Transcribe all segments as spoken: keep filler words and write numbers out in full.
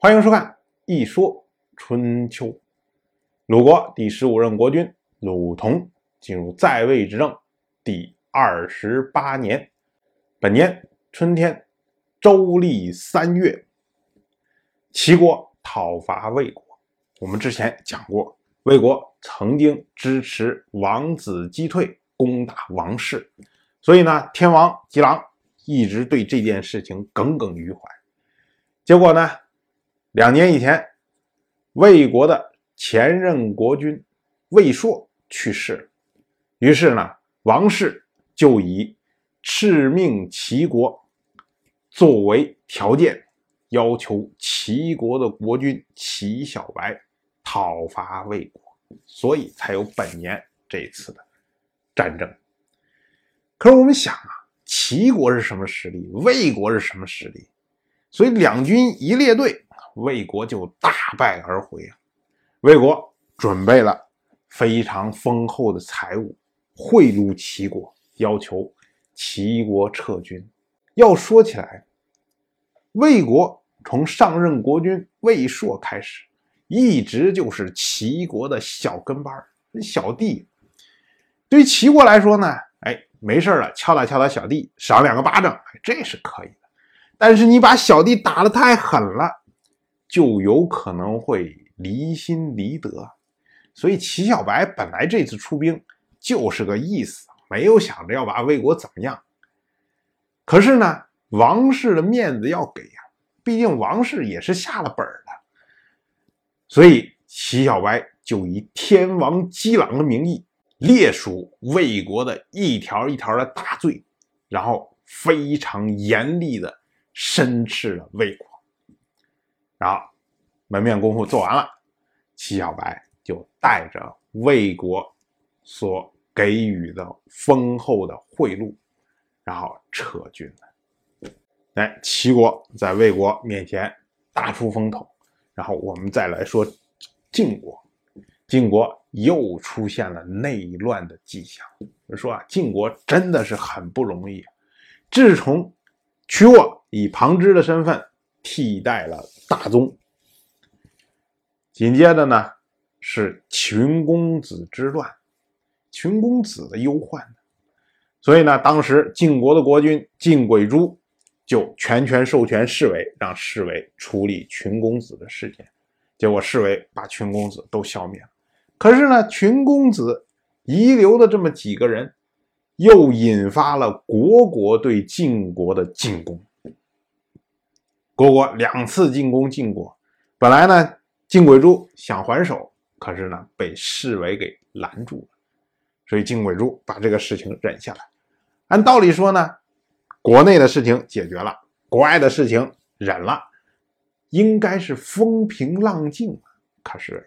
欢迎收看《一说春秋》。鲁国第十五任国君鲁同进入在位执政第二十八年，本年春天，周历三月，齐国讨伐魏国。我们之前讲过，魏国曾经支持王子击退，攻打王室，所以呢，天王姬狼一直对这件事情耿耿于怀。结果呢，两年以前，魏国的前任国君魏硕去世了，于是呢，王室就以敕命齐国作为条件，要求齐国的国君齐小白讨伐魏国，所以才有本年这次的战争。可是我们想啊，齐国是什么实力？魏国是什么实力？所以两军一列队，魏国就大败而回啊！魏国准备了非常丰厚的财物，贿赂齐国，要求齐国撤军。要说起来，魏国从上任国君魏硕开始，一直就是齐国的小跟班、小弟。对于齐国来说呢，哎，没事了，敲打敲打小弟，赏两个巴掌，这是可以的。但是你把小弟打得太狠了，就有可能会离心离德。所以齐小白本来这次出兵就是个意思，没有想着要把魏国怎么样。可是呢，王室的面子要给啊，毕竟王室也是下了本的。所以齐小白就以天王姬狼的名义列数魏国的一条一条的大罪，然后非常严厉的申斥了魏国。然后门面功夫做完了，齐小白就带着魏国所给予的丰厚的贿赂，然后撤军了。哎，齐国在魏国面前大出风头。然后我们再来说晋国，晋国又出现了内乱的迹象。就说啊，晋国真的是很不容易。自从曲沃以旁支的身份替代了大宗，紧接着呢是群公子之乱，群公子的忧患。所以呢，当时晋国的国君晋轨珠就全权授权侍卫，让侍卫处理群公子的事件。结果侍卫把群公子都消灭了。可是呢，群公子遗留的这么几个人，又引发了国国对晋国的进攻。国国两次进攻晋国，本来呢晋轨珠想还手，可是呢被侍卫给拦住了，所以晋轨珠把这个事情忍下来。按道理说呢，国内的事情解决了，国外的事情忍了，应该是风平浪静。可是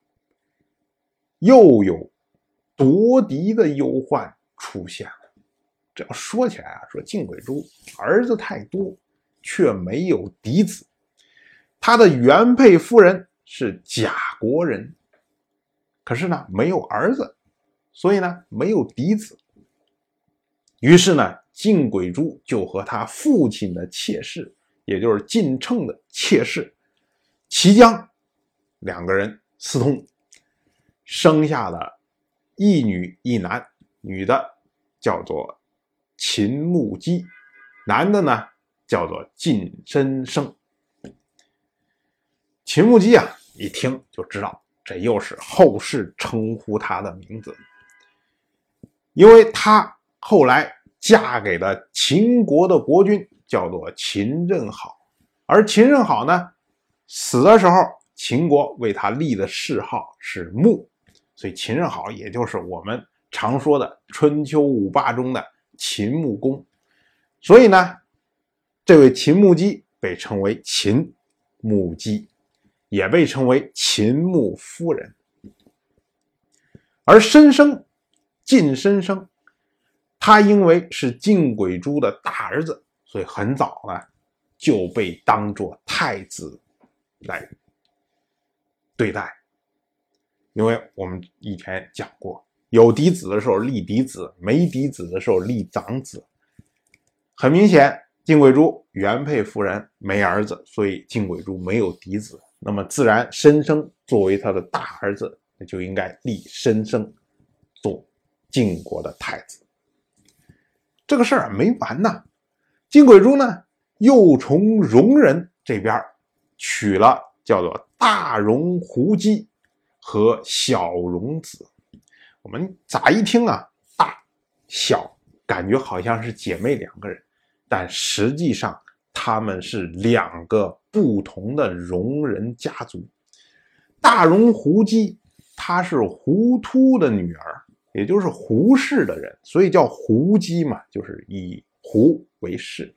又有夺嫡的忧患出现了。这样说起来啊，说晋轨珠儿子太多，却没有嫡子。他的原配夫人是贾国人，可是呢没有儿子，所以呢没有嫡子。于是呢，晋轨珠就和他父亲的妾室，也就是晋称的妾室齐姜，两个人私通，生下了一女一男，女的叫做秦穆姬，男的呢叫做晋申生。秦穆姬啊，一听就知道这又是后世称呼他的名字，因为他后来嫁给了秦国的国君，叫做秦任好。而秦任好呢，死的时候秦国为他立的谥号是穆，所以秦任好也就是我们常说的春秋五霸中的秦穆公。所以呢，这位秦穆姬被称为秦穆姬，也被称为秦穆夫人。而申生，晋申生，他因为是晋轨珠的大儿子，所以很早呢就被当作太子来对待。因为我们以前讲过，有嫡子的时候立嫡子，没嫡子的时候立长子。很明显， 晋贵珠原配夫人没儿子，所以晋贵珠没有嫡子，那么自然申生作为他的大儿子，就应该立申生做晋国的太子。这个事儿没完呢，晋贵珠呢又从戎人这边娶了叫做大戎胡姬和小戎子。我们咋一听啊，大小感觉好像是姐妹两个人，但实际上他们是两个不同的戎人家族。大戎胡姬她是胡突的女儿，也就是胡氏的人，所以叫胡姬嘛，就是以胡为氏。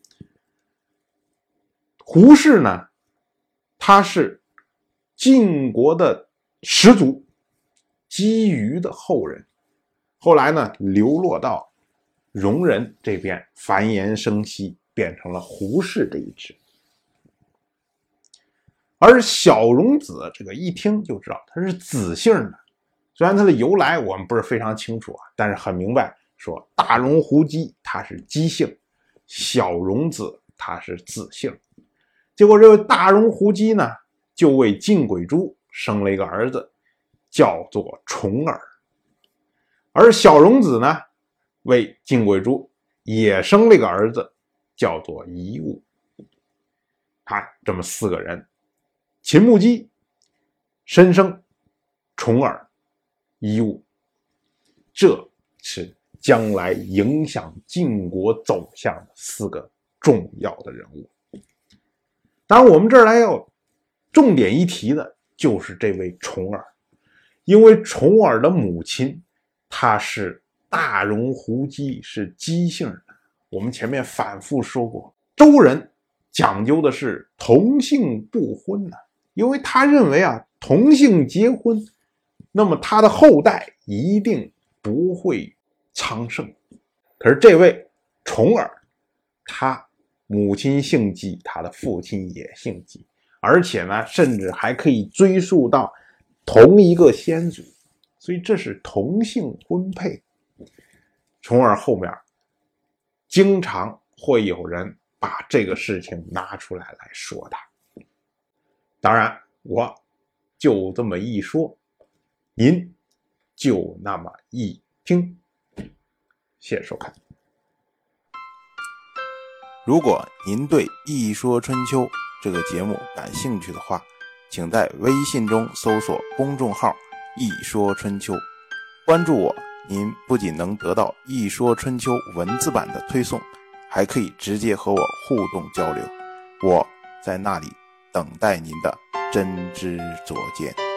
胡氏呢，他是晋国的始祖姬于的后人，后来呢流落到戎人这边，繁衍生息，变成了胡氏这一支。而小戎子这个一听就知道他是子姓的，虽然他的由来我们不是非常清楚啊，但是很明白说大戎胡姬他是姬姓，小戎子他是子姓。结果这位大戎胡姬呢，就为晋贵珠生了一个儿子，叫做重耳。而小戎子呢，为晋贵珠也生了一个儿子，叫做夷吾。看这么四个人，秦穆姬、申生、重耳、夷吾，这是将来影响晋国走向的四个重要的人物。当然我们这儿来要重点一提的就是这位重耳，因为重耳的母亲她是大戎胡姬，是姬姓的。我们前面反复说过，周人讲究的是同姓不婚呢，因为他认为啊，同姓结婚，那么他的后代一定不会昌盛。可是这位重耳，他母亲姓姬，他的父亲也姓姬，而且呢，甚至还可以追溯到同一个先祖，所以这是同姓婚配。重耳后面经常会有人把这个事情拿出来来说他。当然我就这么一说，您就那么一听。谢谢收看。 如果您对《一说春秋》这个节目感兴趣的话，请在微信中搜索公众号“一说春秋”，关注我，您不仅能得到《一说春秋》文字版的推送，还可以直接和我互动交流。我在那里等待您的真知灼见。